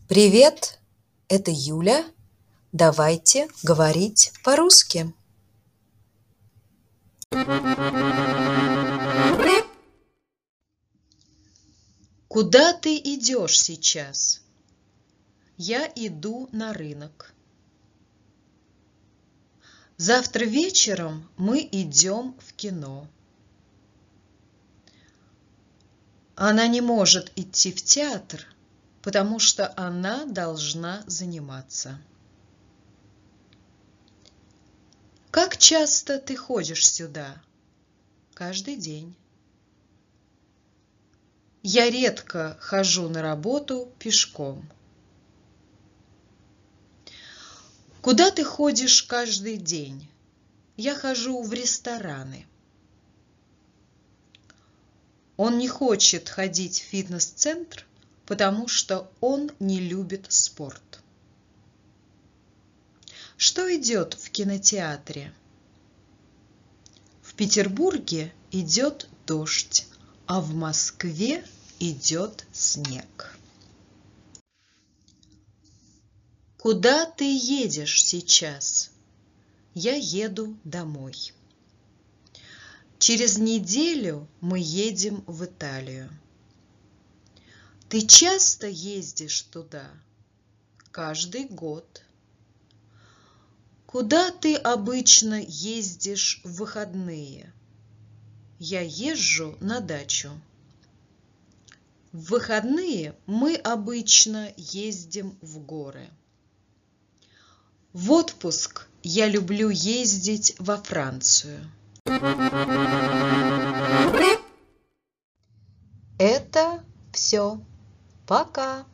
Привет, это Юля. Давайте говорить по-русски. Куда ты идешь сейчас? Я иду на рынок. Завтра вечером мы идем в кино. Она не может идти в театр, потому что она должна заниматься. Как часто ты ходишь сюда? Каждый день. Я редко хожу на работу пешком. Куда ты ходишь каждый день? Я хожу в рестораны. Он не хочет ходить в фитнес-центр, потому что он не любит спорт. Что идет в кинотеатре? В Петербурге идет дождь, а в Москве идет снег. Куда ты едешь сейчас? Я еду домой. Через неделю мы едем в Италию. Ты часто ездишь туда? Каждый год. Куда ты обычно ездишь в выходные? Я езжу на дачу. В выходные мы обычно ездим в горы. В отпуск я люблю ездить во Францию. Это все. Пока.